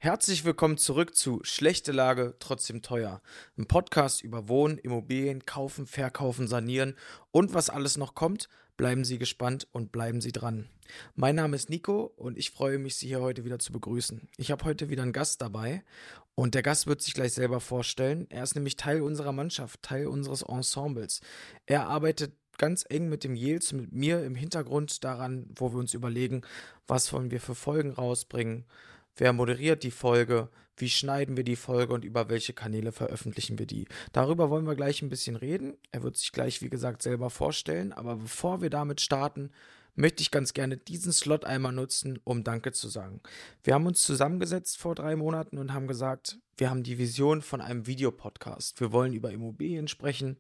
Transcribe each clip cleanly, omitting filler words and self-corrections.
Herzlich willkommen zurück zu Schlechte Lage, trotzdem teuer. Ein Podcast über Wohnen, Immobilien, Kaufen, Verkaufen, Sanieren und was alles noch kommt. Bleiben Sie gespannt und bleiben Sie dran. Mein Name ist Nico und ich freue mich, Sie hier heute wieder zu begrüßen. Ich habe heute wieder einen Gast dabei und der Gast wird sich gleich selber vorstellen. Er ist nämlich Teil unserer Mannschaft, Teil unseres Ensembles. Er arbeitet ganz eng mit dem Yels, mit mir im Hintergrund daran, wo wir uns überlegen, was wollen wir für Folgen rausbringen. Wer moderiert die Folge? Wie schneiden wir die Folge und über welche Kanäle veröffentlichen wir die? Darüber wollen wir gleich ein bisschen reden. Er wird sich gleich, wie gesagt, selber vorstellen. Aber bevor wir damit starten, möchte ich ganz gerne diesen Slot einmal nutzen, um Danke zu sagen. Wir haben uns zusammengesetzt vor 3 Monaten und haben gesagt, wir haben die Vision von einem Videopodcast. Wir wollen über Immobilien sprechen.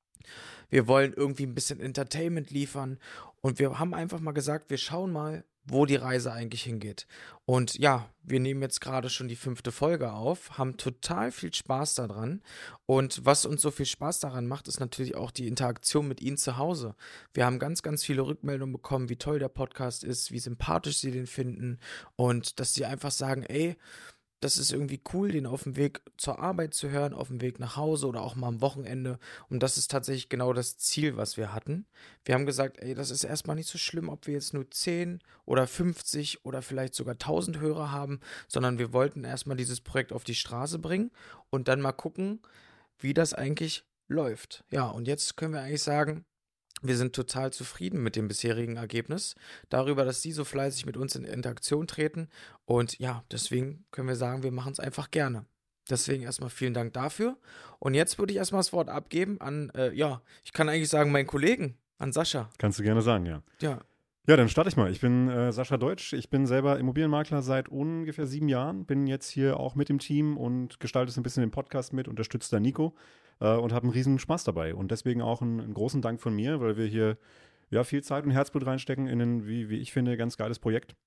Wir wollen irgendwie ein bisschen Entertainment liefern. Und wir haben einfach mal gesagt, wir schauen mal, wo die Reise eigentlich hingeht. Und ja, wir nehmen jetzt gerade schon die 5. Folge auf, haben total viel Spaß daran. Und was uns so viel Spaß daran macht, ist natürlich auch die Interaktion mit Ihnen zu Hause. Wir haben ganz, ganz viele Rückmeldungen bekommen, wie toll der Podcast ist, wie sympathisch Sie den finden und dass Sie einfach sagen, ey, das ist irgendwie cool, den auf dem Weg zur Arbeit zu hören, auf dem Weg nach Hause oder auch mal am Wochenende. Und das ist tatsächlich genau das Ziel, was wir hatten. Wir haben gesagt, ey, das ist erstmal nicht so schlimm, ob wir jetzt nur 10 oder 50 oder vielleicht sogar 1000 Hörer haben, sondern wir wollten erstmal dieses Projekt auf die Straße bringen und dann mal gucken, wie das eigentlich läuft. Ja, und jetzt können wir eigentlich sagen, wir sind total zufrieden mit dem bisherigen Ergebnis, darüber, dass Sie so fleißig mit uns in Interaktion treten. Und ja, deswegen können wir sagen, wir machen es einfach gerne. Deswegen erstmal vielen Dank dafür. Und jetzt würde ich erstmal das Wort abgeben an, ich kann eigentlich sagen, meinen Kollegen, an Sascha. Kannst du gerne sagen, ja. Ja. Ja, dann starte ich mal. Ich bin Sascha Deutsch. Ich bin selber Immobilienmakler seit ungefähr 7 Jahren. Bin jetzt hier auch mit im Team und gestalte so ein bisschen den Podcast mit, unterstütze da Nico und habe einen riesen Spaß dabei. Und deswegen auch einen großen Dank von mir, weil wir hier ja viel Zeit und Herzblut reinstecken in ein, wie ich finde, ganz geiles Projekt.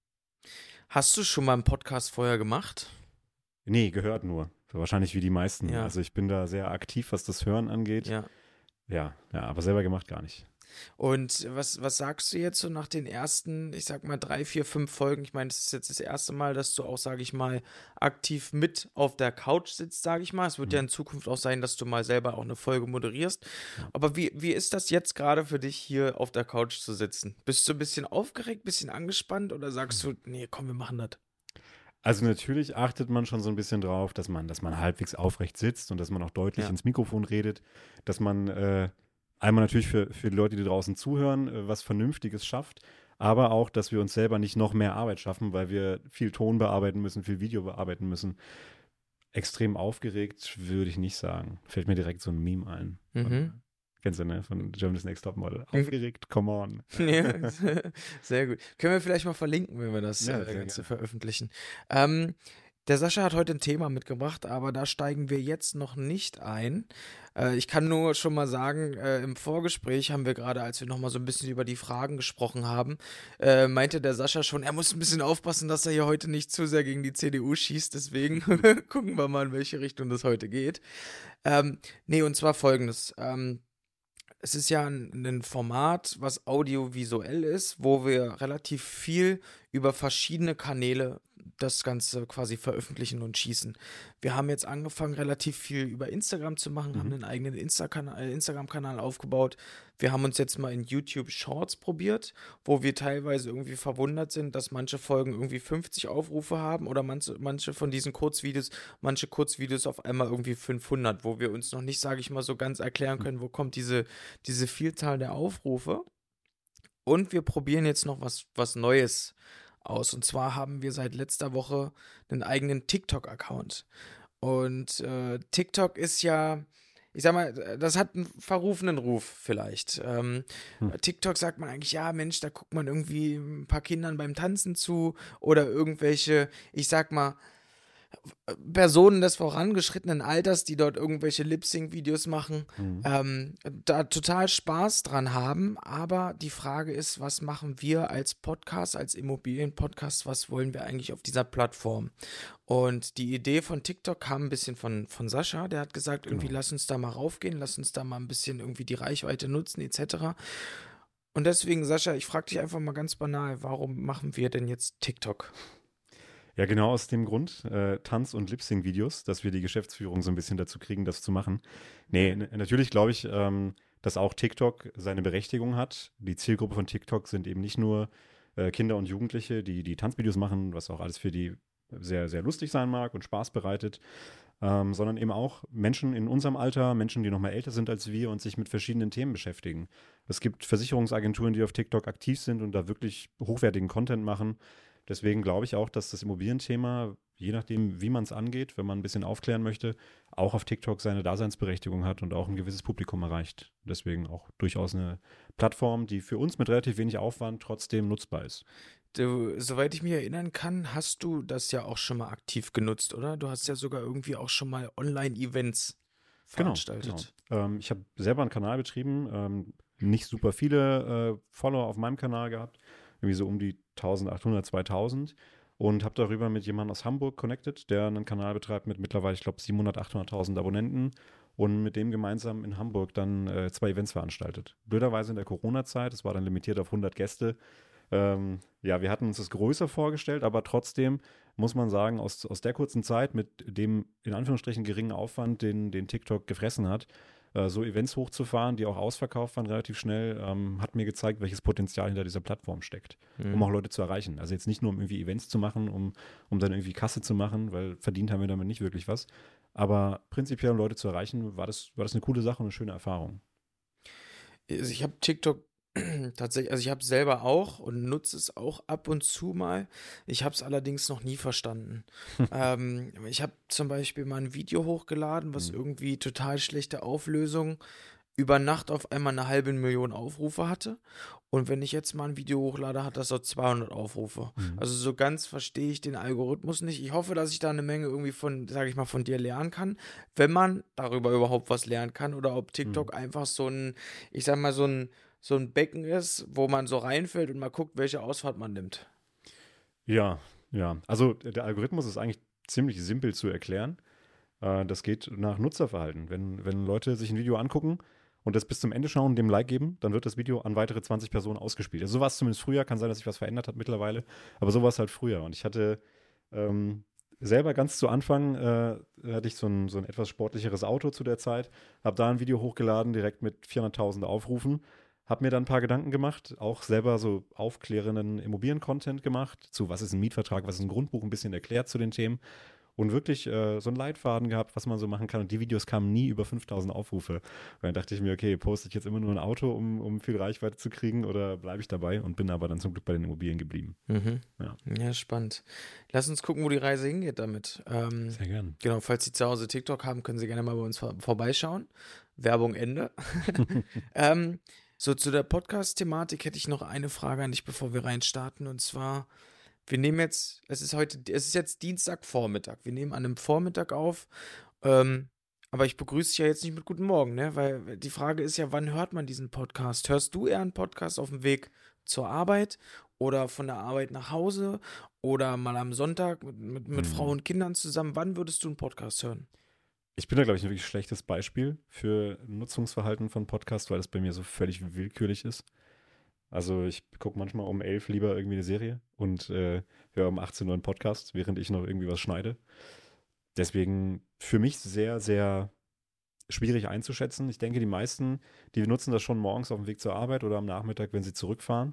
Hast du schon mal einen Podcast vorher gemacht? Nee, gehört nur. Wahrscheinlich wie die meisten. Ja. Also ich bin da sehr aktiv, was das Hören angeht. Ja. Ja, aber selber gemacht gar nicht. Und was sagst du jetzt so nach den ersten, ich sag mal 3, 4, 5 Folgen? Ich meine, das ist jetzt das erste Mal, dass du auch, sage ich mal, aktiv mit auf der Couch sitzt, sage ich mal. Es wird ja in Zukunft auch sein, dass du mal selber auch eine Folge moderierst. Aber wie ist das jetzt gerade für dich, hier auf der Couch zu sitzen? Bist du ein bisschen aufgeregt, ein bisschen angespannt oder sagst du, nee, komm, wir machen das? Also natürlich achtet man schon so ein bisschen drauf, dass man halbwegs aufrecht sitzt und dass man auch deutlich ins Mikrofon redet, dass man einmal natürlich für die Leute, die draußen zuhören, was Vernünftiges schafft, aber auch, dass wir uns selber nicht noch mehr Arbeit schaffen, weil wir viel Ton bearbeiten müssen, viel Video bearbeiten müssen. Extrem aufgeregt würde ich nicht sagen. Fällt mir direkt so ein Meme ein. Kennst du, ne? Von Germany's Next Topmodel. Aufgeregt, come on. Ja, sehr gut. Können wir vielleicht mal verlinken, wenn wir das Ganze veröffentlichen. Der Sascha hat heute ein Thema mitgebracht, aber da steigen wir jetzt noch nicht ein. Ich kann nur schon mal sagen, im Vorgespräch haben wir gerade, als wir noch mal so ein bisschen über die Fragen gesprochen haben, meinte der Sascha schon, er muss ein bisschen aufpassen, dass er hier heute nicht zu sehr gegen die CDU schießt. Deswegen gucken wir mal, in welche Richtung das heute geht. Und zwar Folgendes. Es ist ja ein Format, was audiovisuell ist, wo wir relativ viel über verschiedene Kanäle das Ganze quasi veröffentlichen und schießen. Wir haben jetzt angefangen, relativ viel über Instagram zu machen, haben einen eigenen Instagram-Kanal aufgebaut. Wir haben uns jetzt mal in YouTube Shorts probiert, wo wir teilweise irgendwie verwundert sind, dass manche Folgen irgendwie 50 Aufrufe haben oder manche von diesen Kurzvideos auf einmal irgendwie 500, wo wir uns noch nicht, sage ich mal, so ganz erklären können, wo kommt diese Vielzahl der Aufrufe. Und wir probieren jetzt noch was Neues aus. Und zwar haben wir seit letzter Woche einen eigenen TikTok-Account. Und TikTok ist ja, ich sag mal, das hat einen verrufenen Ruf vielleicht. TikTok sagt man eigentlich, ja Mensch, da guckt man irgendwie ein paar Kindern beim Tanzen zu oder irgendwelche, ich sag mal, Personen des vorangeschrittenen Alters, die dort irgendwelche Lip-Sync-Videos machen, da total Spaß dran haben, aber die Frage ist, was machen wir als Podcast, als Immobilien-Podcast, was wollen wir eigentlich auf dieser Plattform? Und die Idee von TikTok kam ein bisschen von Sascha, der hat gesagt, irgendwie lass uns da mal raufgehen, lass uns da mal ein bisschen irgendwie die Reichweite nutzen, etc. Und deswegen, Sascha, ich frage dich einfach mal ganz banal, warum machen wir denn jetzt TikTok? Ja, genau aus dem Grund, Tanz- und Lip-Sync-Videos, dass wir die Geschäftsführung so ein bisschen dazu kriegen, das zu machen. Nee, natürlich glaube ich, dass auch TikTok seine Berechtigung hat. Die Zielgruppe von TikTok sind eben nicht nur Kinder und Jugendliche, die Tanzvideos machen, was auch alles für die sehr, sehr lustig sein mag und Spaß bereitet, sondern eben auch Menschen in unserem Alter, Menschen, die noch mal älter sind als wir und sich mit verschiedenen Themen beschäftigen. Es gibt Versicherungsagenturen, die auf TikTok aktiv sind und da wirklich hochwertigen Content machen. Deswegen glaube ich auch, dass das Immobilienthema, je nachdem, wie man es angeht, wenn man ein bisschen aufklären möchte, auch auf TikTok seine Daseinsberechtigung hat und auch ein gewisses Publikum erreicht. Deswegen auch durchaus eine Plattform, die für uns mit relativ wenig Aufwand trotzdem nutzbar ist. Du, soweit ich mich erinnern kann, hast du das ja auch schon mal aktiv genutzt, oder? Du hast ja sogar irgendwie auch schon mal Online-Events Genau. veranstaltet. Ich habe selber einen Kanal betrieben, nicht super viele Follower auf meinem Kanal gehabt, irgendwie so um die 1800, 2000 und habe darüber mit jemandem aus Hamburg connected, der einen Kanal betreibt mit mittlerweile, ich glaube, 700, 800.000 Abonnenten und mit dem gemeinsam in Hamburg dann 2 Events veranstaltet. Blöderweise in der Corona-Zeit, es war dann limitiert auf 100 Gäste. Ja, wir hatten uns das größer vorgestellt, aber trotzdem muss man sagen, aus der kurzen Zeit mit dem in Anführungsstrichen geringen Aufwand, den TikTok gefressen hat, so Events hochzufahren, die auch ausverkauft waren relativ schnell, hat mir gezeigt, welches Potenzial hinter dieser Plattform steckt, um auch Leute zu erreichen. Also jetzt nicht nur, um irgendwie Events zu machen, um dann irgendwie Kasse zu machen, weil verdient haben wir damit nicht wirklich was. Aber prinzipiell, um Leute zu erreichen, war das eine coole Sache und eine schöne Erfahrung. Also ich habe TikTok tatsächlich, also ich habe selber auch und nutze es auch ab und zu mal. Ich habe es allerdings noch nie verstanden. Ich habe zum Beispiel mal ein Video hochgeladen, was Mhm. irgendwie total schlechte Auflösung über Nacht auf einmal 500.000 Aufrufe hatte. Und wenn ich jetzt mal ein Video hochlade, hat das so 200 Aufrufe. Mhm. Also so ganz verstehe ich den Algorithmus nicht. Ich hoffe, dass ich da eine Menge irgendwie von, sage ich mal, von dir lernen kann, wenn man darüber überhaupt was lernen kann oder ob Mhm. TikTok einfach so ein, ich sag mal, so ein Becken ist, wo man so reinfällt und mal guckt, welche Ausfahrt man nimmt. Ja, ja. Also der Algorithmus ist eigentlich ziemlich simpel zu erklären. Das geht nach Nutzerverhalten. Wenn Leute sich ein Video angucken und das bis zum Ende schauen und dem Like geben, dann wird das Video an weitere 20 Personen ausgespielt. Also so war es zumindest früher, kann sein, dass sich was verändert hat mittlerweile, aber so war es halt früher. Und ich hatte selber ganz zu Anfang, hatte ich so ein etwas sportlicheres Auto zu der Zeit, habe da ein Video hochgeladen, direkt mit 400.000 Aufrufen, habe mir dann ein paar Gedanken gemacht, auch selber so aufklärenden Immobilien-Content gemacht, zu was ist ein Mietvertrag, was ist ein Grundbuch, ein bisschen erklärt zu den Themen und wirklich so einen Leitfaden gehabt, was man so machen kann. Und die Videos kamen nie über 5.000 Aufrufe. Und dann dachte ich mir, okay, poste ich jetzt immer nur ein Auto, um viel Reichweite zu kriegen oder bleibe ich dabei und bin aber dann zum Glück bei den Immobilien geblieben. Mhm. Ja, Ja, spannend. Lass uns gucken, wo die Reise hingeht damit. sehr gern. Genau, falls Sie zu Hause TikTok haben, können Sie gerne mal bei uns vorbeischauen. Werbung Ende. ähm, so zu der Podcast-Thematik hätte ich noch eine Frage an dich, bevor wir reinstarten. Und zwar, wir nehmen jetzt, es ist jetzt Dienstagvormittag. Wir nehmen an einem Vormittag auf. Aber ich begrüße dich ja jetzt nicht mit Guten Morgen, ne? Weil die Frage ist ja, wann hört man diesen Podcast? Hörst du eher einen Podcast auf dem Weg zur Arbeit oder von der Arbeit nach Hause oder mal am Sonntag mit Frau und Kindern zusammen? Wann würdest du einen Podcast hören? Ich bin da, glaube ich, ein wirklich schlechtes Beispiel für Nutzungsverhalten von Podcasts, weil das bei mir so völlig willkürlich ist. Also ich gucke manchmal um 11 lieber irgendwie eine Serie und höre um 18 Uhr einen Podcast, während ich noch irgendwie was schneide. Deswegen für mich sehr, sehr schwierig einzuschätzen. Ich denke, die meisten, die nutzen das schon morgens auf dem Weg zur Arbeit oder am Nachmittag, wenn sie zurückfahren.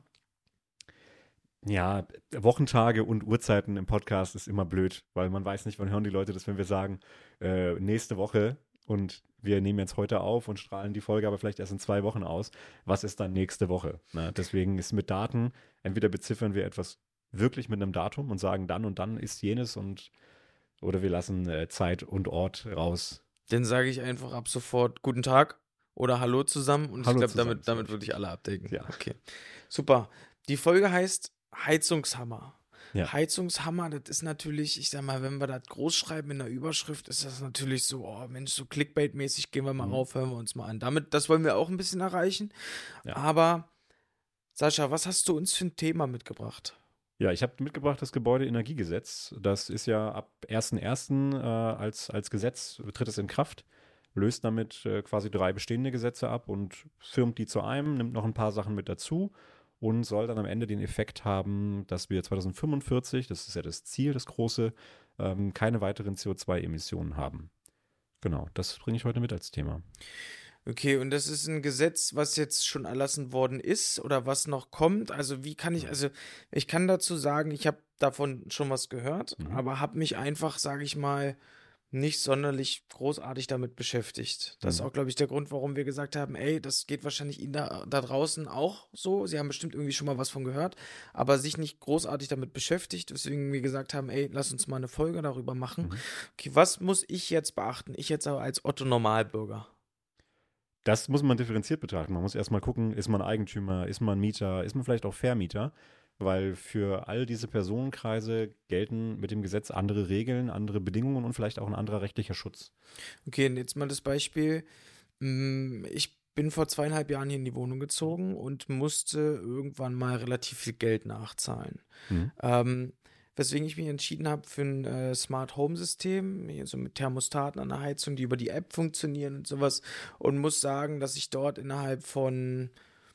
Ja, Wochentage und Uhrzeiten im Podcast ist immer blöd, weil man weiß nicht, wann hören die Leute das, wenn wir sagen, nächste Woche und wir nehmen jetzt heute auf und strahlen die Folge aber vielleicht erst in 2 Wochen aus. Was ist dann nächste Woche? Ne? Deswegen ist mit Daten, entweder beziffern wir etwas wirklich mit einem Datum und sagen, dann und dann ist jenes und oder wir lassen Zeit und Ort raus. Dann sage ich einfach ab sofort Guten Tag oder Hallo zusammen und ich Hallo glaube, zusammen, damit würde ich alle abdecken. Ja. Okay. Super. Die Folge heißt Heizungshammer. Ja. Heizungshammer, das ist natürlich, ich sag mal, wenn wir das groß schreiben in der Überschrift, ist das natürlich so, oh Mensch, so Clickbait-mäßig, gehen wir mal rauf, hören wir uns mal an. Das wollen wir auch ein bisschen erreichen. Ja. Aber, Sascha, was hast du uns für ein Thema mitgebracht? Ja, ich habe mitgebracht das Gebäudeenergiegesetz. Das ist ja ab 1.1. Als Gesetz tritt es in Kraft, löst damit quasi 3 bestehende Gesetze ab und firmt die zu einem, nimmt noch ein paar Sachen mit dazu und soll dann am Ende den Effekt haben, dass wir 2045, das ist ja das Ziel, das große, keine weiteren CO2-Emissionen haben. Genau, das bringe ich heute mit als Thema. Okay, und das ist ein Gesetz, was jetzt schon erlassen worden ist oder was noch kommt? Also ich kann dazu sagen, ich habe davon schon was gehört, aber habe mich einfach, sage ich mal, nicht sonderlich großartig damit beschäftigt. Das ist auch, glaube ich, der Grund, warum wir gesagt haben, ey, das geht wahrscheinlich Ihnen da draußen auch so. Sie haben bestimmt irgendwie schon mal was von gehört, aber sich nicht großartig damit beschäftigt, weswegen wir gesagt haben, ey, lass uns mal eine Folge darüber machen. Okay, was muss ich jetzt beachten? Ich jetzt aber als Otto Normalbürger. Das muss man differenziert betrachten. Man muss erstmal gucken, ist man Eigentümer, ist man Mieter, ist man vielleicht auch Vermieter, weil für all diese Personenkreise gelten mit dem Gesetz andere Regeln, andere Bedingungen und vielleicht auch ein anderer rechtlicher Schutz. Okay, und jetzt mal das Beispiel. Ich bin vor 2,5 Jahren hier in die Wohnung gezogen und musste irgendwann mal relativ viel Geld nachzahlen. Weswegen ich mich entschieden habe für ein Smart Home System, hier so mit Thermostaten an der Heizung, die über die App funktionieren und sowas. Und muss sagen, dass ich dort innerhalb von,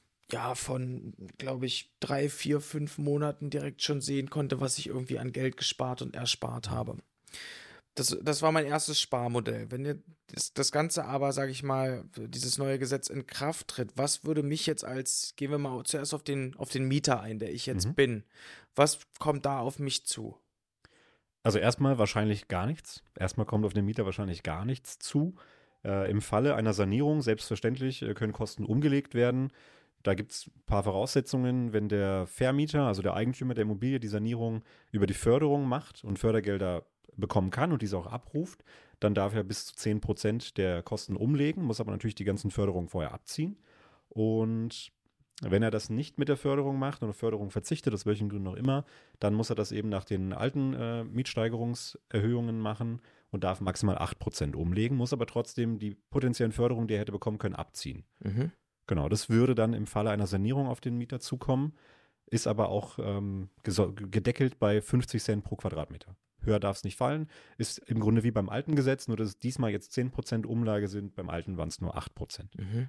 glaube ich, 3, 4, 5 Monaten direkt schon sehen konnte, was ich irgendwie an Geld gespart und erspart habe. Das war mein erstes Sparmodell. Wenn jetzt das Ganze aber, sage ich mal, dieses neue Gesetz in Kraft tritt, was würde mich jetzt gehen wir mal zuerst auf den Mieter ein, der ich jetzt bin. Was kommt da auf mich zu? Also erstmal wahrscheinlich gar nichts. Erstmal kommt auf den Mieter wahrscheinlich gar nichts zu. Im Falle einer Sanierung, selbstverständlich, können Kosten umgelegt werden. Da gibt es ein paar Voraussetzungen, wenn der Vermieter, also der Eigentümer der Immobilie, die Sanierung über die Förderung macht und Fördergelder bekommen kann und diese auch abruft, dann darf er bis zu 10% der Kosten umlegen, muss aber natürlich die ganzen Förderungen vorher abziehen. Und wenn er das nicht mit der Förderung macht und auf Förderung verzichtet, aus welchen Gründen auch immer, dann muss er das eben nach den alten Mietsteigerungserhöhungen machen und darf maximal 8% umlegen, muss aber trotzdem die potenziellen Förderungen, die er hätte bekommen können, abziehen. Genau, das würde dann im Falle einer Sanierung auf den Mieter zukommen, ist aber auch gedeckelt bei 50 Cent pro Quadratmeter. Höher darf es nicht fallen. Ist im Grunde wie beim alten Gesetz, nur dass es diesmal jetzt 10% Umlage sind. Beim alten waren es nur 8%.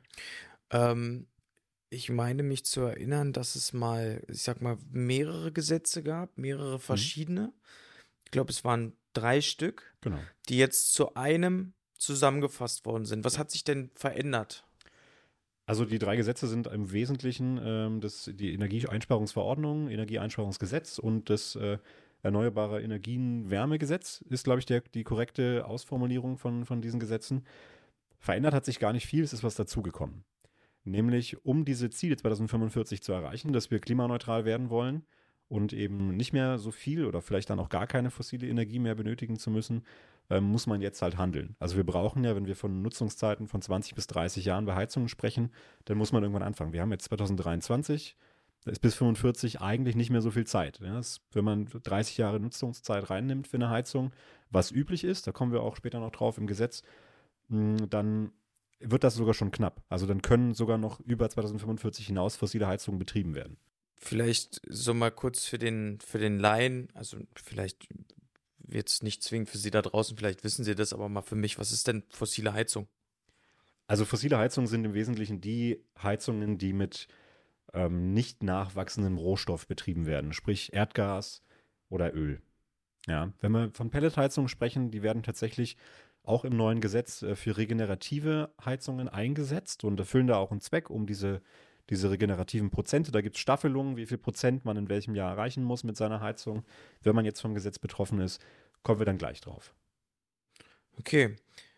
Ich meine mich zu erinnern, dass es mal, ich sag mal, mehrere Gesetze gab, mehrere verschiedene. Ich glaube, es waren 3 Stück, Genau. die jetzt zu einem zusammengefasst worden sind. Was hat sich denn verändert? Also die 3 Gesetze sind im Wesentlichen die Energieeinsparungsverordnung, Energieeinsparungsgesetz und das Erneuerbare Energien-Wärmegesetz ist, glaube ich, die korrekte Ausformulierung von diesen Gesetzen. Verändert hat sich gar nicht viel, es ist was dazugekommen. Nämlich, um diese Ziele 2045 zu erreichen, dass wir klimaneutral werden wollen und eben nicht mehr so viel oder vielleicht dann auch gar keine fossile Energie mehr benötigen zu müssen, muss man jetzt halt handeln. Also wir brauchen ja, wenn wir von Nutzungszeiten von 20 bis 30 Jahren bei Heizungen sprechen, dann muss man irgendwann anfangen. Wir haben jetzt 2023, da ist bis 45 eigentlich nicht mehr so viel Zeit. Ja, wenn man 30 Jahre Nutzungszeit reinnimmt für eine Heizung, was üblich ist, da kommen wir auch später noch drauf im Gesetz, dann wird das sogar schon knapp. Also dann können sogar noch über 2045 hinaus fossile Heizungen betrieben werden. Vielleicht so mal kurz für den Laien, also vielleicht jetzt nicht zwingend für Sie da draußen, vielleicht wissen Sie das, aber mal für mich, was ist denn fossile Heizung? Also fossile Heizungen sind im Wesentlichen die Heizungen, die mit nicht nachwachsendem Rohstoff betrieben werden, sprich Erdgas oder Öl. Ja, wenn wir von Pelletheizungen sprechen, die werden tatsächlich auch im neuen Gesetz für regenerative Heizungen eingesetzt und erfüllen da auch einen Zweck, um diese regenerativen Prozente, da gibt es Staffelungen, wie viel Prozent man in welchem Jahr erreichen muss mit seiner Heizung. Wenn man jetzt vom Gesetz betroffen ist, kommen wir dann gleich drauf. Okay.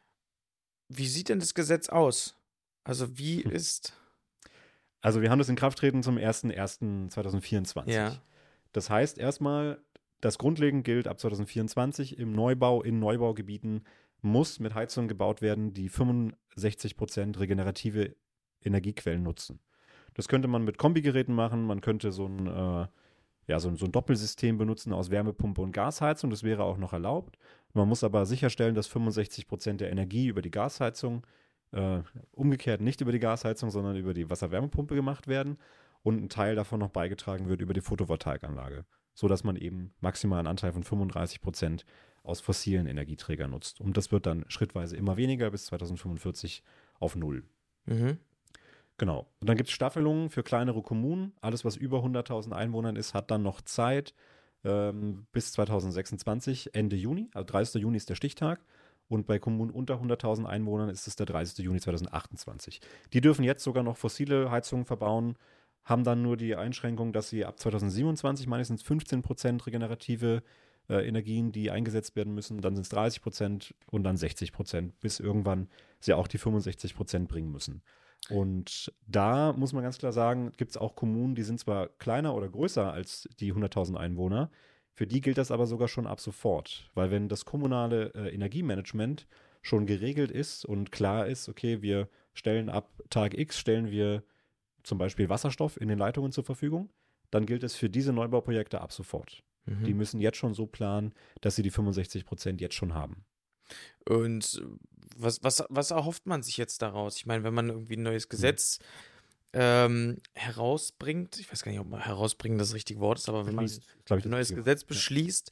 Wie sieht denn das Gesetz aus? Also wie ist... Also wir haben das in Kraft treten zum 01.01.2024. Ja. Das heißt erstmal, das grundlegend gilt ab 2024 im Neubau, in Neubaugebieten muss mit Heizungen gebaut werden, die 65% regenerative Energiequellen nutzen. Das könnte man mit Kombigeräten machen, man könnte so ein Doppelsystem benutzen aus Wärmepumpe und Gasheizung, das wäre auch noch erlaubt. Man muss aber sicherstellen, dass 65% der Energie über die Gasheizung, umgekehrt nicht über die Gasheizung, sondern über die Wasserwärmepumpe gemacht werden und ein Teil davon noch beigetragen wird über die Photovoltaikanlage, sodass man eben maximal einen Anteil von 35% aus fossilen Energieträgern nutzt. Und das wird dann schrittweise immer weniger bis 2045 auf 0. Genau. Und dann gibt es Staffelungen für kleinere Kommunen. Alles, was über 100.000 Einwohnern ist, hat dann noch Zeit bis 2026, Ende Juni. Also 30. Juni ist der Stichtag. Und bei Kommunen unter 100.000 Einwohnern ist es der 30. Juni 2028. Die dürfen jetzt sogar noch fossile Heizungen verbauen, haben dann nur die Einschränkung, dass sie ab 2027, meine ich, sind es 15% regenerative Energien, die eingesetzt werden müssen. Dann sind es 30% und dann 60%, bis irgendwann sie auch die 65% bringen müssen. Und da muss man ganz klar sagen, gibt es auch Kommunen, die sind zwar kleiner oder größer als die 100.000 Einwohner, für die gilt das aber sogar schon ab sofort. Weil wenn das kommunale Energiemanagement schon geregelt ist und klar ist, okay, wir stellen ab Tag X, stellen wir zum Beispiel Wasserstoff in den Leitungen zur Verfügung, dann gilt es für diese Neubauprojekte ab sofort. Mhm. Die müssen jetzt schon so planen, dass sie die 65% jetzt schon haben. Und was erhofft man sich jetzt daraus? Ich meine, wenn man irgendwie ein neues Gesetz herausbringt, ich weiß gar nicht, ob man herausbringen das richtige Wort ist, aber wenn man ein neues Gesetz beschließt,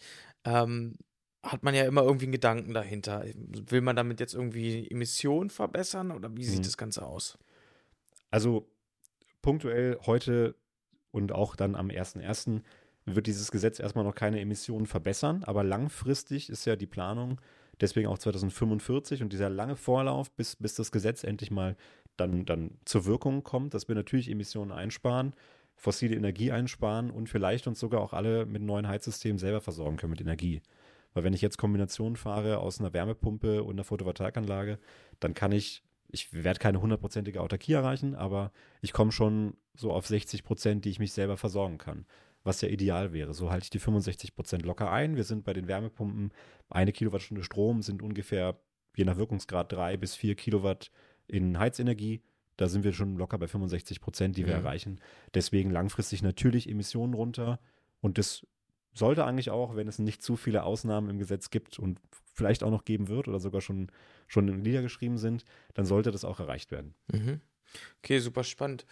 hat man ja immer irgendwie einen Gedanken dahinter. Will man damit jetzt irgendwie Emissionen verbessern oder wie sieht das Ganze aus? Also punktuell heute und auch dann am 1.1. wird dieses Gesetz erstmal noch keine Emissionen verbessern, aber langfristig ist ja die Planung, deswegen auch 2045 und dieser lange Vorlauf, bis das Gesetz endlich mal dann zur Wirkung kommt, dass wir natürlich Emissionen einsparen, fossile Energie einsparen und vielleicht uns sogar auch alle mit neuen Heizsystemen selber versorgen können mit Energie. Weil wenn ich jetzt Kombinationen fahre aus einer Wärmepumpe und einer Photovoltaikanlage, dann kann ich werde keine 100%ige Autarkie erreichen, aber ich komme schon so auf 60%, die ich mich selber versorgen kann, was ja ideal wäre. So halte ich die 65% locker ein. Wir sind bei den Wärmepumpen, 1 Kilowattstunde Strom sind ungefähr, je nach Wirkungsgrad, 3 bis 4 Kilowatt in Heizenergie. Da sind wir schon locker bei 65%, die wir erreichen. Deswegen langfristig natürlich Emissionen runter. Und das sollte eigentlich auch, wenn es nicht zu viele Ausnahmen im Gesetz gibt und vielleicht auch noch geben wird oder sogar schon niedergeschrieben sind, dann sollte das auch erreicht werden. Okay, super spannend.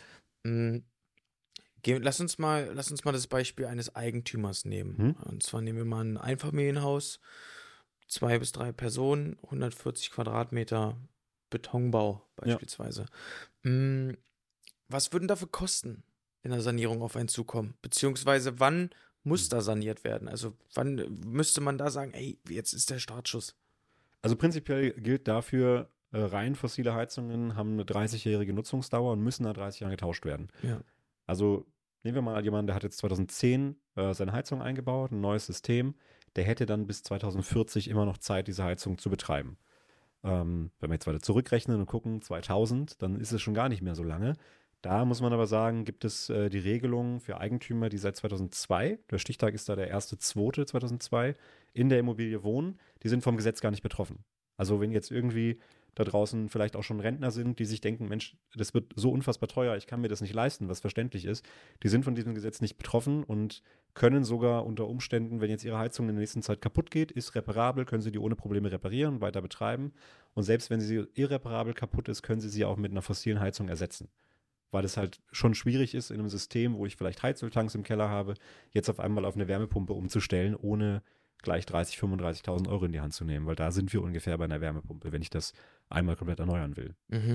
Lass uns mal das Beispiel eines Eigentümers nehmen. Und zwar nehmen wir mal ein Einfamilienhaus, 2 bis 3 Personen, 140 Quadratmeter Betonbau beispielsweise. Ja. Was würden dafür Kosten in der Sanierung auf einen zukommen? Beziehungsweise wann muss da saniert werden? Also wann müsste man da sagen, ey, jetzt ist der Startschuss? Also prinzipiell gilt dafür, rein fossile Heizungen haben eine 30-jährige Nutzungsdauer und müssen nach 30 Jahren getauscht werden. Ja. Also nehmen wir mal jemanden, der hat jetzt 2010 seine Heizung eingebaut, ein neues System, der hätte dann bis 2040 immer noch Zeit, diese Heizung zu betreiben. Wenn wir jetzt weiter zurückrechnen und gucken, 2000, dann ist es schon gar nicht mehr so lange. Da muss man aber sagen, gibt es die Regelung für Eigentümer, die seit 2002, der Stichtag ist da der 1.2.2002, in der Immobilie wohnen, die sind vom Gesetz gar nicht betroffen. Also wenn jetzt irgendwie da draußen vielleicht auch schon Rentner sind, die sich denken, Mensch, das wird so unfassbar teuer, ich kann mir das nicht leisten, was verständlich ist, die sind von diesem Gesetz nicht betroffen und können sogar unter Umständen, wenn jetzt ihre Heizung in der nächsten Zeit kaputt geht, ist reparabel, können sie die ohne Probleme reparieren, weiter betreiben. Und selbst wenn sie irreparabel kaputt ist, können sie auch mit einer fossilen Heizung ersetzen. Weil es halt schon schwierig ist, in einem System, wo ich vielleicht Heizöltanks im Keller habe, jetzt auf einmal auf eine Wärmepumpe umzustellen, ohne gleich 30.000, 35.000 Euro in die Hand zu nehmen, weil da sind wir ungefähr bei einer Wärmepumpe, wenn ich das einmal komplett erneuern will.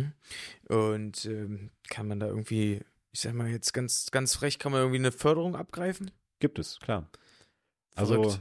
Und kann man da irgendwie, ich sag mal jetzt ganz, ganz frech, kann man irgendwie eine Förderung abgreifen? Gibt es, klar. Verrückt.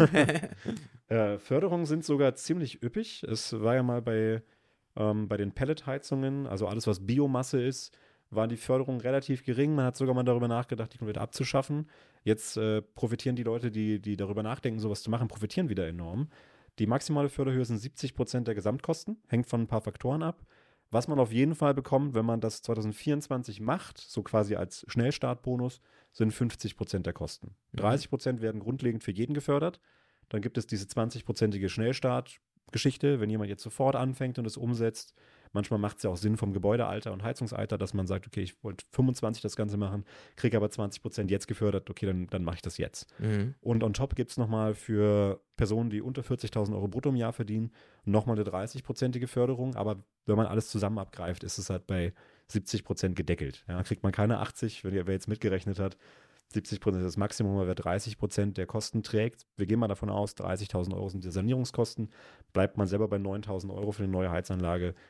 Also Förderungen sind sogar ziemlich üppig. Es war ja mal bei den Pelletheizungen, also alles, was Biomasse ist, war die Förderung relativ gering. Man hat sogar mal darüber nachgedacht, die komplett abzuschaffen. Jetzt profitieren die Leute, die darüber nachdenken, sowas zu machen, profitieren wieder enorm. Die maximale Förderhöhe sind 70% der Gesamtkosten, hängt von ein paar Faktoren ab. Was man auf jeden Fall bekommt, wenn man das 2024 macht, so quasi als Schnellstartbonus, sind 50% der Kosten. 30% werden grundlegend für jeden gefördert. Dann gibt es diese 20%ige Schnellstartgeschichte, wenn jemand jetzt sofort anfängt und es umsetzt. Manchmal macht es ja auch Sinn vom Gebäudealter und Heizungsalter, dass man sagt, okay, ich wollte 25 das Ganze machen, kriege aber 20% jetzt gefördert, okay, dann mache ich das jetzt. Und on top gibt es nochmal für Personen, die unter 40.000 Euro brutto im Jahr verdienen, nochmal eine 30%ige Förderung, aber wenn man alles zusammen abgreift, ist es halt bei 70% gedeckelt. Ja, kriegt man keine 80, wer jetzt mitgerechnet hat, 70% ist das Maximum, weil wer 30% der Kosten trägt. Wir gehen mal davon aus, 30.000 Euro sind die Sanierungskosten, bleibt man selber bei 9.000 Euro für eine neue Heizanlage,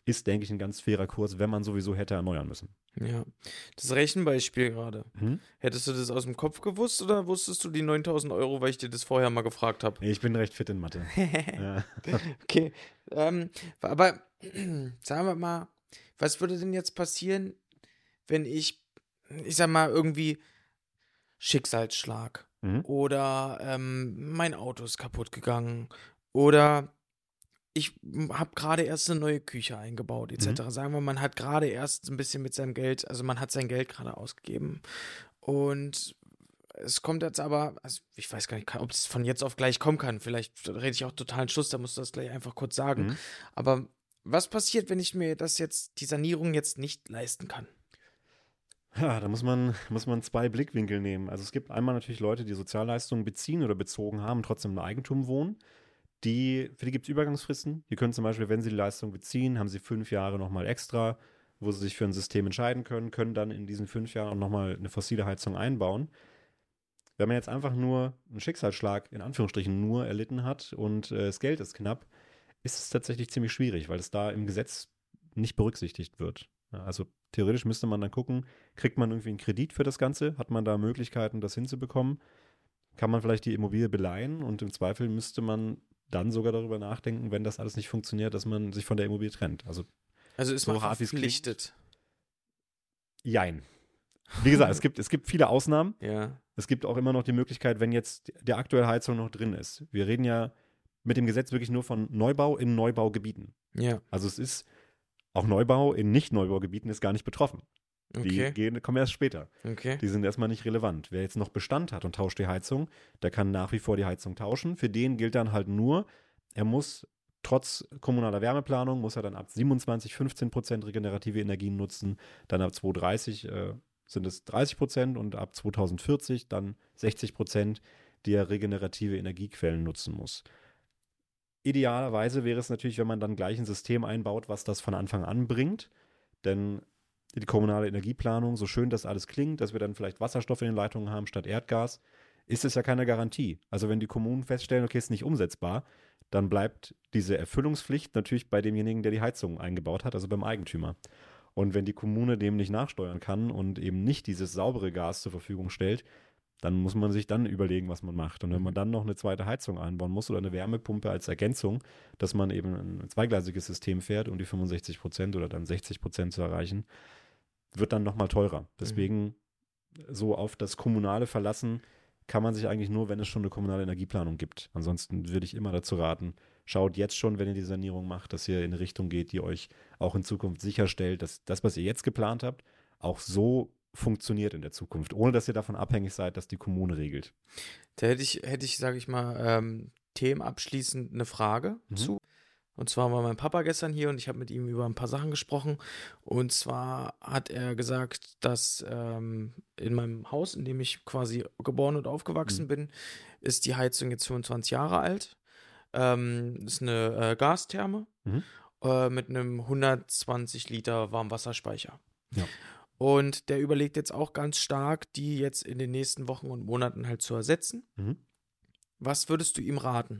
ist, denke ich, ein ganz fairer Kurs, wenn man sowieso hätte erneuern müssen. Ja, das Rechenbeispiel gerade. Hättest du das aus dem Kopf gewusst oder wusstest du die 9.000 Euro, weil ich dir das vorher mal gefragt habe? Ich bin recht fit in Mathe. Ja. Okay, aber sagen wir mal, was würde denn jetzt passieren, wenn ich sag mal, irgendwie Schicksalsschlag oder mein Auto ist kaputt gegangen oder ich habe gerade erst eine neue Küche eingebaut, etc. Sagen wir, man hat gerade erst ein bisschen mit seinem Geld, also man hat sein Geld gerade ausgegeben. Und es kommt jetzt aber, also ich weiß gar nicht, ob es von jetzt auf gleich kommen kann. Vielleicht rede ich auch totalen Schluss, da musst du das gleich einfach kurz sagen. Aber was passiert, wenn ich mir die Sanierung jetzt nicht leisten kann? Ja, da muss man 2 Blickwinkel nehmen. Also es gibt einmal natürlich Leute, die Sozialleistungen beziehen oder bezogen haben, trotzdem im Eigentum wohnen. Für die gibt es Übergangsfristen. Die können zum Beispiel, wenn sie die Leistung beziehen, haben sie 5 Jahre nochmal extra, wo sie sich für ein System entscheiden können dann in diesen 5 Jahren auch nochmal eine fossile Heizung einbauen. Wenn man jetzt einfach nur einen Schicksalsschlag in Anführungsstrichen nur erlitten hat und das Geld ist knapp, ist es tatsächlich ziemlich schwierig, weil es da im Gesetz nicht berücksichtigt wird. Ja, also theoretisch müsste man dann gucken, kriegt man irgendwie einen Kredit für das Ganze? Hat man da Möglichkeiten, das hinzubekommen? Kann man vielleicht die Immobilie beleihen? Und im Zweifel müsste man dann sogar darüber nachdenken, wenn das alles nicht funktioniert, dass man sich von der Immobilie trennt. Also ist so man hart, wie es verpflichtet? Jein. Wie gesagt, es gibt viele Ausnahmen. Ja. Es gibt auch immer noch die Möglichkeit, wenn jetzt der aktuelle Heizung noch drin ist. Wir reden ja mit dem Gesetz wirklich nur von Neubau in Neubaugebieten. Ja. Also es ist auch Neubau in Nicht-Neubaugebieten ist gar nicht betroffen. Okay. Die kommen erst später. Okay. Die sind erstmal nicht relevant. Wer jetzt noch Bestand hat und tauscht die Heizung, der kann nach wie vor die Heizung tauschen. Für den gilt dann halt nur, er muss trotz kommunaler Wärmeplanung, muss er dann ab 27, 15% regenerative Energien nutzen. Dann ab 2030 sind es 30% und ab 2040 dann 60%, die er regenerative Energiequellen nutzen muss. Idealerweise wäre es natürlich, wenn man dann gleich ein System einbaut, was das von Anfang an bringt. Denn die kommunale Energieplanung, so schön das alles klingt, dass wir dann vielleicht Wasserstoff in den Leitungen haben statt Erdgas, ist es ja keine Garantie. Also wenn die Kommunen feststellen, okay, ist nicht umsetzbar, dann bleibt diese Erfüllungspflicht natürlich bei demjenigen, der die Heizung eingebaut hat, also beim Eigentümer. Und wenn die Kommune dem nicht nachsteuern kann und eben nicht dieses saubere Gas zur Verfügung stellt, dann muss man sich dann überlegen, was man macht. Und wenn man dann noch eine zweite Heizung einbauen muss oder eine Wärmepumpe als Ergänzung, dass man eben ein zweigleisiges System fährt, um die 65% oder dann 60% zu erreichen, wird dann nochmal teurer. Deswegen so auf das Kommunale verlassen kann man sich eigentlich nur, wenn es schon eine kommunale Energieplanung gibt. Ansonsten würde ich immer dazu raten, schaut jetzt schon, wenn ihr die Sanierung macht, dass ihr in eine Richtung geht, die euch auch in Zukunft sicherstellt, dass das, was ihr jetzt geplant habt, auch so funktioniert in der Zukunft, ohne dass ihr davon abhängig seid, dass die Kommune regelt. Da hätte ich, sage ich mal, themenabschließend eine Frage zu. Und zwar war mein Papa gestern hier und ich habe mit ihm über ein paar Sachen gesprochen. Und zwar hat er gesagt, dass in meinem Haus, in dem ich quasi geboren und aufgewachsen bin, ist die Heizung jetzt 25 Jahre alt. Ist eine Gastherme mit einem 120 Liter Warmwasserspeicher. Ja. Und der überlegt jetzt auch ganz stark, die jetzt in den nächsten Wochen und Monaten halt zu ersetzen. Was würdest du ihm raten?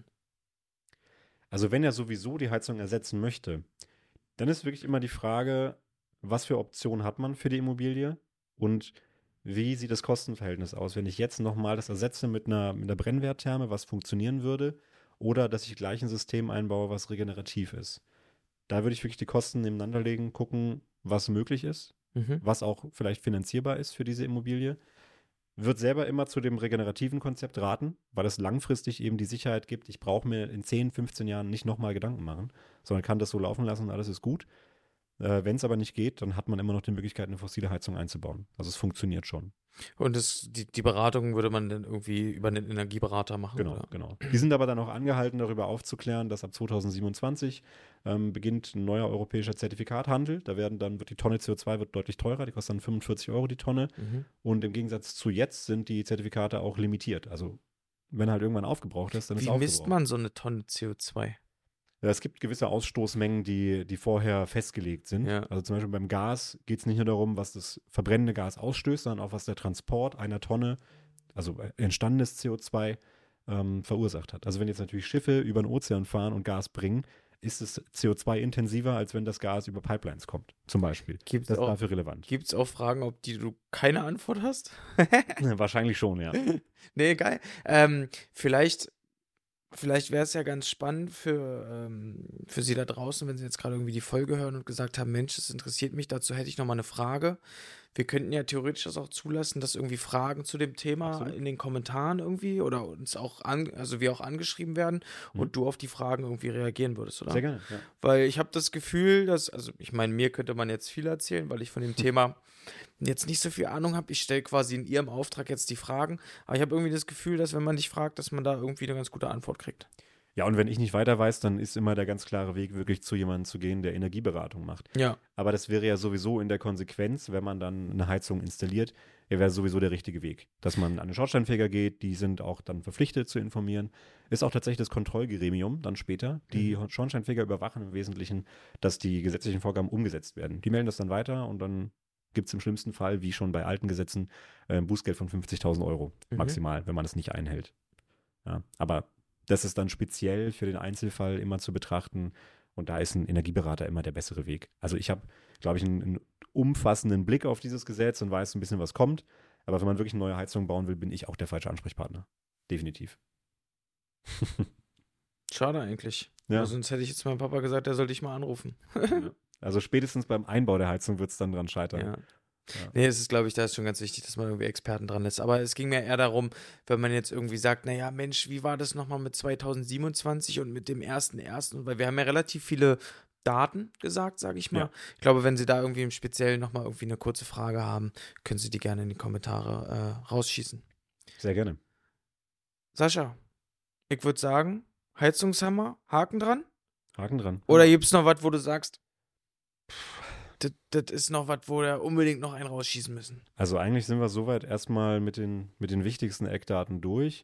Also wenn er sowieso die Heizung ersetzen möchte, dann ist wirklich immer die Frage, was für Optionen hat man für die Immobilie und wie sieht das Kostenverhältnis aus, wenn ich jetzt nochmal das ersetze mit einer Brennwerttherme, was funktionieren würde, oder dass ich gleich ein System einbaue, was regenerativ ist. Da würde ich wirklich die Kosten nebeneinander legen, gucken, was möglich ist, was auch vielleicht finanzierbar ist für diese Immobilie. Wird selber immer zu dem regenerativen Konzept raten, weil es langfristig eben die Sicherheit gibt, ich brauche mir in 10, 15 Jahren nicht nochmal Gedanken machen, sondern kann das so laufen lassen und alles ist gut. Wenn es aber nicht geht, dann hat man immer noch die Möglichkeit, eine fossile Heizung einzubauen. Also es funktioniert schon. Und die Beratung würde man dann irgendwie über einen Energieberater machen? Genau, oder? genau. Die sind aber dann auch angehalten, darüber aufzuklären, dass ab 2027 beginnt ein neuer europäischer Zertifikathandel. Da wird die Tonne CO2 wird deutlich teurer, die kostet dann 45 € die Tonne. Und im Gegensatz zu jetzt sind die Zertifikate auch limitiert. Also wenn halt irgendwann aufgebraucht ist, dann ist es aufgebraucht. Wie misst man so eine Tonne CO2? Ja, es gibt gewisse Ausstoßmengen, die vorher festgelegt sind. Ja. Also zum Beispiel beim Gas geht es nicht nur darum, was das verbrennende Gas ausstößt, sondern auch, was der Transport einer Tonne, also entstandenes CO2, verursacht hat. Also wenn jetzt natürlich Schiffe über den Ozean fahren und Gas bringen, ist es CO2-intensiver, als wenn das Gas über Pipelines kommt, zum Beispiel. Gibt's Das ist auch, dafür relevant. gibt's auch Fragen, auf die du keine Antwort hast? Wahrscheinlich schon, ja. Nee, geil. Vielleicht wäre es ja ganz spannend für Sie da draußen, wenn Sie jetzt gerade irgendwie die Folge hören und gesagt haben, Mensch, das interessiert mich, dazu hätte ich noch mal eine Frage. Wir könnten ja theoretisch das auch zulassen, dass irgendwie Fragen zu dem Thema Absolut. in den Kommentaren irgendwie oder uns auch also wir auch angeschrieben werden und du auf die Fragen irgendwie reagieren würdest, oder? Sehr gerne, ja. Weil ich habe das Gefühl, dass, also ich meine, mir könnte man jetzt viel erzählen, weil ich von dem Thema jetzt nicht so viel Ahnung habe. Ich stelle quasi in Ihrem Auftrag jetzt die Fragen, aber ich habe irgendwie das Gefühl, dass wenn man dich fragt, dass man da irgendwie eine ganz gute Antwort kriegt. Ja, und wenn ich nicht weiter weiß, dann ist immer der ganz klare Weg, wirklich zu jemandem zu gehen, der Energieberatung macht. Ja. Aber das wäre ja sowieso in der Konsequenz, wenn man dann eine Heizung installiert, wäre sowieso der richtige Weg. Dass man an den Schornsteinfeger geht, die sind auch dann verpflichtet zu informieren. Ist auch tatsächlich das Kontrollgremium dann später. Die Schornsteinfeger überwachen im Wesentlichen, dass die gesetzlichen Vorgaben umgesetzt werden. Die melden das dann weiter und dann gibt es im schlimmsten Fall, wie schon bei alten Gesetzen, ein Bußgeld von 50.000 Euro maximal, wenn man es nicht einhält. Ja, aber das ist dann speziell für den Einzelfall immer zu betrachten und da ist ein Energieberater immer der bessere Weg. Also ich habe, glaube ich, einen umfassenden Blick auf dieses Gesetz und weiß ein bisschen, was kommt. Aber wenn man wirklich eine neue Heizung bauen will, bin ich auch der falsche Ansprechpartner. Definitiv. Schade eigentlich. Ja. Also sonst hätte ich jetzt meinem Papa gesagt, der soll dich mal anrufen. Ja. Also spätestens beim Einbau der Heizung wird es dann dran scheitern. Ja. Ja. Nee, es ist, glaube ich, da ist schon ganz wichtig, dass man irgendwie Experten dran lässt. Aber es ging mir eher darum, wenn man jetzt irgendwie sagt, naja, Mensch, wie war das nochmal mit 2027 und mit dem 1.1.? Weil wir haben ja relativ viele Daten gesagt, sage ich mal. Ja. Ich glaube, wenn Sie da irgendwie im Speziellen nochmal irgendwie eine kurze Frage haben, können Sie die gerne in die Kommentare rausschießen. Sehr gerne. Sascha, ich würde sagen, Heizungshammer, Haken dran? Haken dran. Oder gibt es noch was, wo du sagst, das ist noch was, wo wir unbedingt noch einen rausschießen müssen? Also eigentlich sind wir soweit erstmal mit den wichtigsten Eckdaten durch.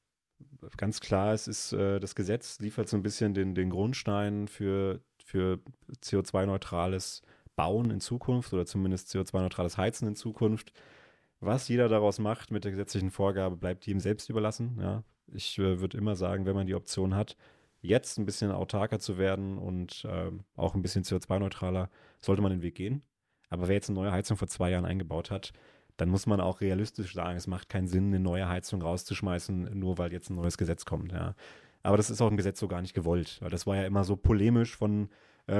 Ganz klar, es ist das Gesetz liefert so ein bisschen den Grundstein für CO2-neutrales Bauen in Zukunft oder zumindest CO2-neutrales Heizen in Zukunft. Was jeder daraus macht mit der gesetzlichen Vorgabe, bleibt jedem selbst überlassen. Ja. Ich würde immer sagen, wenn man die Option hat, jetzt ein bisschen autarker zu werden und auch ein bisschen CO2-neutraler, sollte man den Weg gehen. Aber wer jetzt eine neue Heizung vor 2 Jahren eingebaut hat, dann muss man auch realistisch sagen, es macht keinen Sinn, eine neue Heizung rauszuschmeißen, nur weil jetzt ein neues Gesetz kommt. Ja. Aber das ist auch im Gesetz so gar nicht gewollt. Weil das war ja immer so polemisch von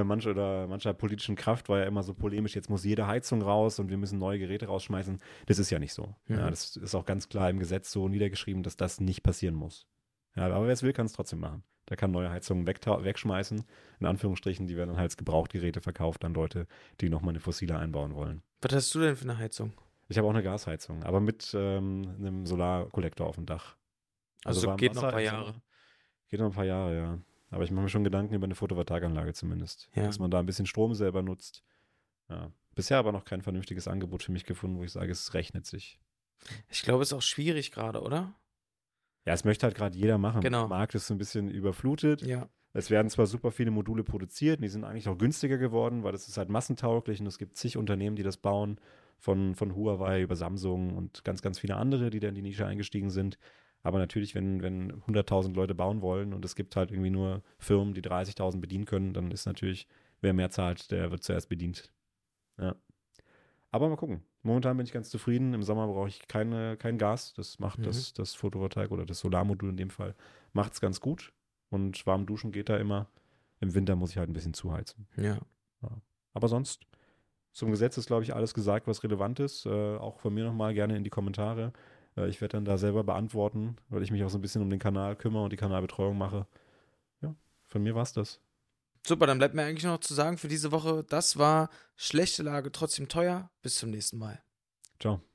mancher politischen Kraft, war ja immer so polemisch, jetzt muss jede Heizung raus und wir müssen neue Geräte rausschmeißen. Das ist ja nicht so. Ja, das ist auch ganz klar im Gesetz so niedergeschrieben, dass das nicht passieren muss. Ja, aber wer es will, kann es trotzdem machen. Der kann neue Heizungen wegschmeißen, in Anführungsstrichen, die werden dann halt als Gebrauchtgeräte verkauft an Leute, die nochmal eine fossile einbauen wollen. Was hast du denn für eine Heizung? Ich habe auch eine Gasheizung, aber mit einem Solarkollektor auf dem Dach. Also warm geht noch ein Wasser, paar Jahre. Geht noch ein paar Jahre, ja. Aber ich mache mir schon Gedanken über eine Photovoltaikanlage zumindest. Ja. Dass man da ein bisschen Strom selber nutzt. Ja. Bisher aber noch kein vernünftiges Angebot für mich gefunden, wo ich sage, es rechnet sich. Ich glaube, es ist auch schwierig gerade, oder? Ja, es möchte halt gerade jeder machen. Genau. Der Markt ist so ein bisschen überflutet. Ja. Es werden zwar super viele Module produziert, und die sind eigentlich auch günstiger geworden, weil das ist halt massentauglich und es gibt zig Unternehmen, die das bauen, von Huawei über Samsung und ganz, ganz viele andere, die da in die Nische eingestiegen sind. Aber natürlich, wenn 100.000 Leute bauen wollen und es gibt halt irgendwie nur Firmen, die 30.000 bedienen können, dann ist natürlich, wer mehr zahlt, der wird zuerst bedient. Ja. Aber mal gucken. Momentan bin ich ganz zufrieden. Im Sommer brauche ich kein Gas. Das macht das Photovoltaik oder das Solarmodul in dem Fall, macht es ganz gut. Und warm duschen geht da immer. Im Winter muss ich halt ein bisschen zuheizen. Ja. Aber sonst, zum Gesetz ist, glaube ich, alles gesagt, was relevant ist. Auch von mir nochmal gerne in die Kommentare. Ich werde dann da selber beantworten, weil ich mich auch so ein bisschen um den Kanal kümmere und die Kanalbetreuung mache. Ja, von mir war's das. Super, dann bleibt mir eigentlich noch zu sagen für diese Woche, das war schlechte Lage, trotzdem teuer. Bis zum nächsten Mal. Ciao.